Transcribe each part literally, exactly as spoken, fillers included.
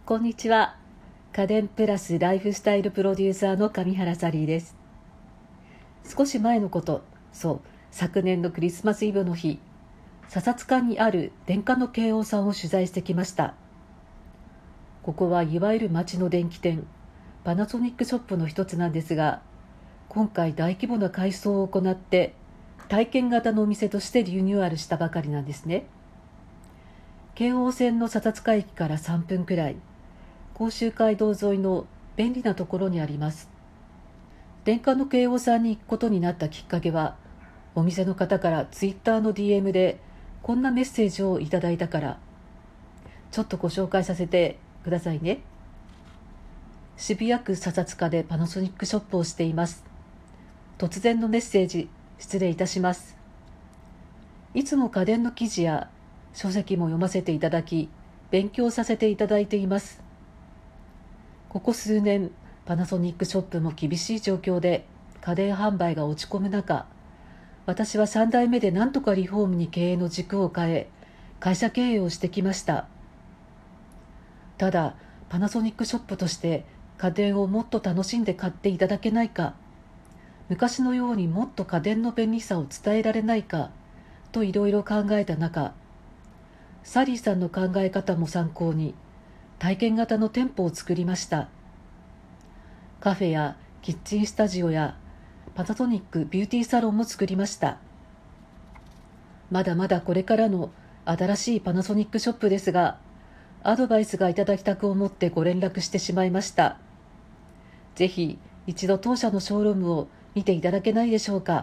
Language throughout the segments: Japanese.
こんにちは。家電プラスライフスタイルプロデューサーの上原サリーです。少し前のこと、そう昨年のクリスマスイブの日、笹塚にある電化の慶応さんを取材してきました。ここはいわゆる町の電気店、パナソニックショップの一つなんですが、今回大規模な改装を行って体験型のお店としてリニューアルしたばかりなんですね。京王線の笹塚駅からさんぷんくらい、甲州街道沿いの便利なところにあります。電化の慶応さんに行くことになったきっかけは、お店の方からツイッターの ディーエム でこんなメッセージをいただいたから、ちょっとご紹介させてくださいね。渋谷区笹塚でパナソニックショップをしています。突然のメッセージ、失礼いたします。いつも家電の記事や書籍も読ませていただき、勉強させていただいています。ここ数年、パナソニックショップも厳しい状況で家電販売が落ち込む中、私はさん代目で何とかリフォームに経営の軸を変え、会社経営をしてきました。ただ、パナソニックショップとして家電をもっと楽しんで買っていただけないか、昔のようにもっと家電の便利さを伝えられないかといろいろ考えた中、サリーさんの考え方も参考に体験型の店舗を作りました。カフェやキッチンスタジオやパナソニックビューティーサロンも作りました。まだまだこれからの新しいパナソニックショップですが、アドバイスがいただきたく思ってご連絡してしまいました。ぜひ一度当社のショールームを見ていただけないでしょうか。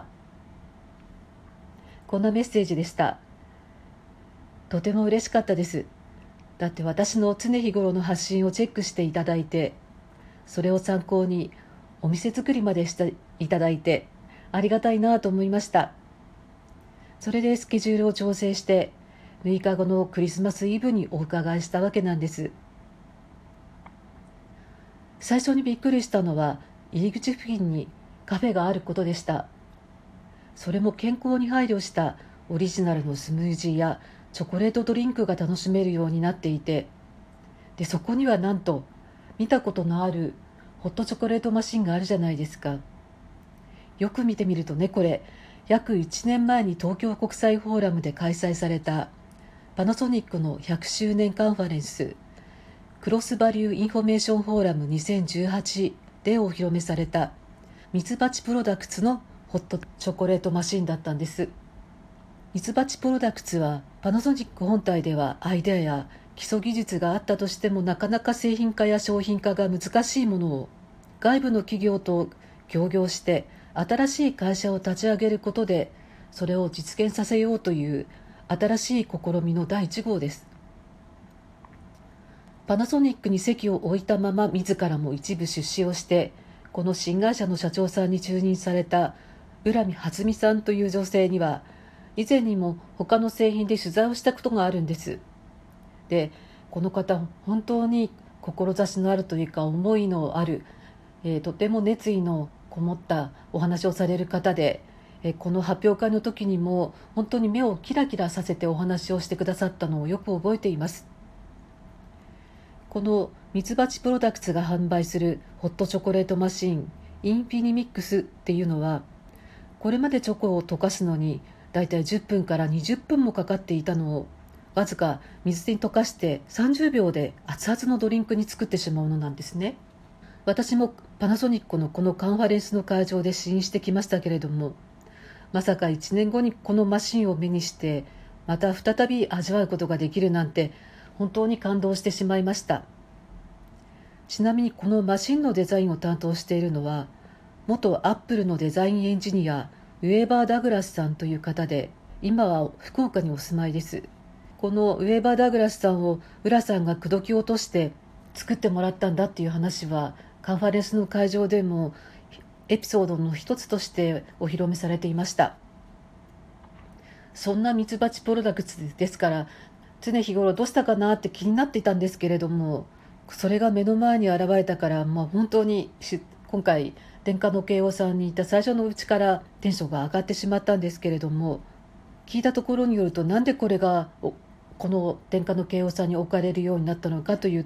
こんなメッセージでした。とても嬉しかったです。だって私の常日頃の発信をチェックしていただいて、それを参考にお店作りまでしていただいてありがたいなと思いました。それでスケジュールを調整してむいかごのクリスマスイブにお伺いしたわけなんです。最初にびっくりしたのは入り口付近にカフェがあることでした。それも健康に配慮したオリジナルのスムージーやチョコレートドリンクが楽しめるようになっていて、でそこにはなんと見たことのあるホットチョコレートマシンがあるじゃないですか。よく見てみるとね、これ約いちねんまえに東京国際フォーラムで開催されたパナソニックのひゃくしゅうねんカンファレンスクロスバリューインフォメーションフォーラムにせんじゅうはちでお披露目されたミツバチプロダクツのホットチョコレートマシンだったんです。ミツバチプロダクツはパナソニック本体ではアイデアや基礎技術があったとしてもなかなか製品化や商品化が難しいものを外部の企業と協業して新しい会社を立ち上げることでそれを実現させようという新しい試みの第一号です。パナソニックに籍を置いたまま自らも一部出資をしてこの新会社の社長さんに就任された浦見初美さんという女性には以前にも他の製品で取材をしたことがあるんです。で、この方本当に志のあるというか思いのある、えー、とても熱意のこもったお話をされる方で、えー、この発表会の時にも本当に目をキラキラさせてお話をしてくださったのをよく覚えています。このミツバチプロダクツが販売するホットチョコレートマシンインフィニミックスっていうのは、これまでチョコを溶かすのにだいたいじゅっぷんからにじゅっぷんもかかっていたのをわずか水に溶かしてさんじゅうびょうで熱々のドリンクに作ってしまうのなんですね。私もパナソニックのこのカンファレンスの会場で試飲してきましたけれども、まさかいちねんごにこのマシンを目にしてまた再び味わうことができるなんて本当に感動してしまいました。ちなみにこのマシンのデザインを担当しているのは元アップルのデザインエンジニアウェーバー・ダグラスさんという方で、今は福岡にお住まいです。このウェーバー・ダグラスさんを浦さんが口説き落として作ってもらったんだっていう話はカンファレンスの会場でもエピソードの一つとしてお披露目されていました。そんなミツバチプロダクツですから常日頃どうしたかなって気になっていたんですけれども、それが目の前に現れたから、まあ、本当に今回電化の慶応さんにいた最初のうちからテンションが上がってしまったんですけれども、聞いたところによるとなんでこれがこの電化の慶応さんに置かれるようになったのかというと、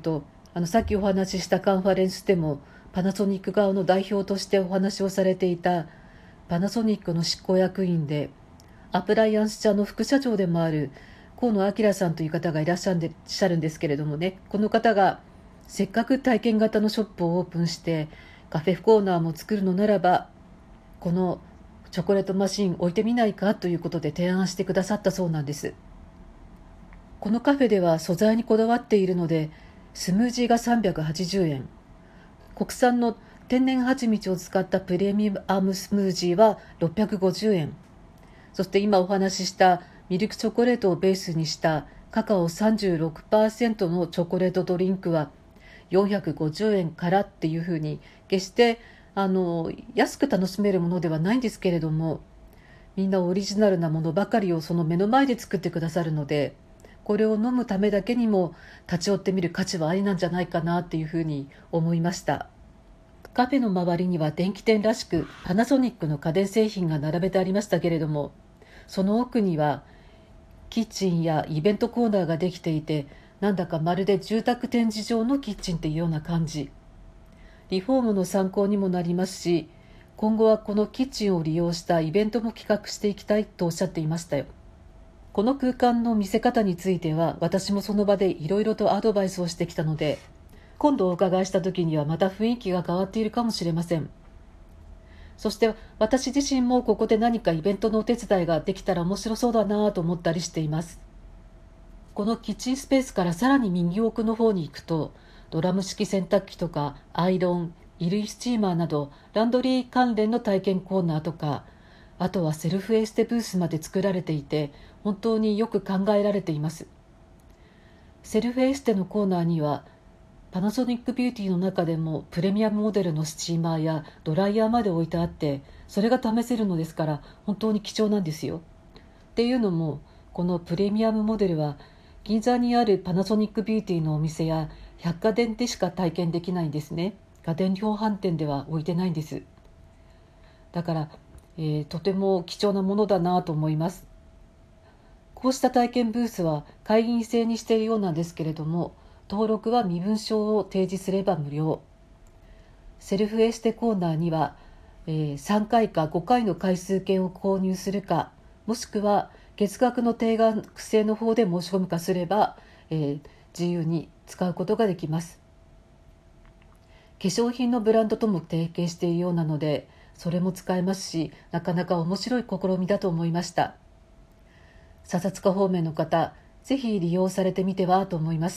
あのさっきお話ししたカンファレンスでもパナソニック側の代表としてお話をされていたパナソニックの執行役員でアプライアンス社の副社長でもある河野明さんという方がいらっしゃるんですけれどもね、この方がせっかく体験型のショップをオープンしてカフェコーナーも作るのならばこのチョコレートマシン置いてみないかということで提案してくださったそうなんです。このカフェでは素材にこだわっているのでスムージーがさんびゃくはちじゅうえん、国産の天然蜂蜜を使ったプレミアムスムージーはろっぴゃくごじゅうえん、そして今お話ししたミルクチョコレートをベースにしたカカオ さんじゅうろくパーセント のチョコレートドリンクはよんひゃくごじゅうえんからっていうふうに、決してあの安く楽しめるものではないんですけれども、みんなオリジナルなものばかりをその目の前で作ってくださるので、これを飲むためだけにも立ち寄ってみる価値はありなんじゃないかなっていうふうに思いました。カフェの周りには電気店らしくパナソニックの家電製品が並べてありましたけれども、その奥にはキッチンやイベントコーナーができていて、なんだかまるで住宅展示場のキッチンっていうような感じ。リフォームの参考にもなりますし、今後はこのキッチンを利用したイベントも企画していきたいとおっしゃっていましたよ。この空間の見せ方については私もその場でいろいろとアドバイスをしてきたので、今度お伺いした時にはまた雰囲気が変わっているかもしれません。そして私自身もここで何かイベントのお手伝いができたら面白そうだなと思ったりしています。このキッチンスペースからさらに右奥の方に行くと、ドラム式洗濯機とかアイロン、衣類スチーマーなどランドリー関連の体験コーナーとか、あとはセルフエステブースまで作られていて、本当によく考えられています。セルフエステのコーナーにはパナソニックビューティーの中でもプレミアムモデルのスチーマーやドライヤーまで置いてあって、それが試せるのですから本当に貴重なんですよ。っていうのも、このプレミアムモデルは銀座にあるパナソニックビューティーのお店や百貨店でしか体験できないんですね。家電量販店では置いてないんです。だから、えー、とても貴重なものだなと思います。こうした体験ブースは会員制にしているようなんですけれども、登録は身分証を提示すれば無料。セルフエステコーナーには、えー、さんかいかごかいの回数券を購入するか、もしくは月額の定額制の方で申し込むかすれば、えー、自由に使うことができます。化粧品のブランドとも提携しているようなので、それも使えますし、なかなか面白い試みだと思いました。笹塚方面の方、ぜひ利用されてみてはと思います。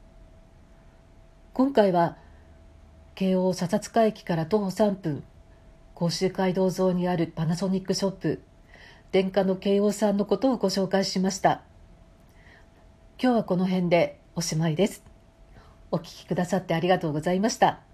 今回は京王笹塚駅から徒歩さんぷん、甲州街道沿いにあるパナソニックショップ、電化の京王さんのことをご紹介しました。今日はこの辺でおしまいです。お聞きくださってありがとうございました。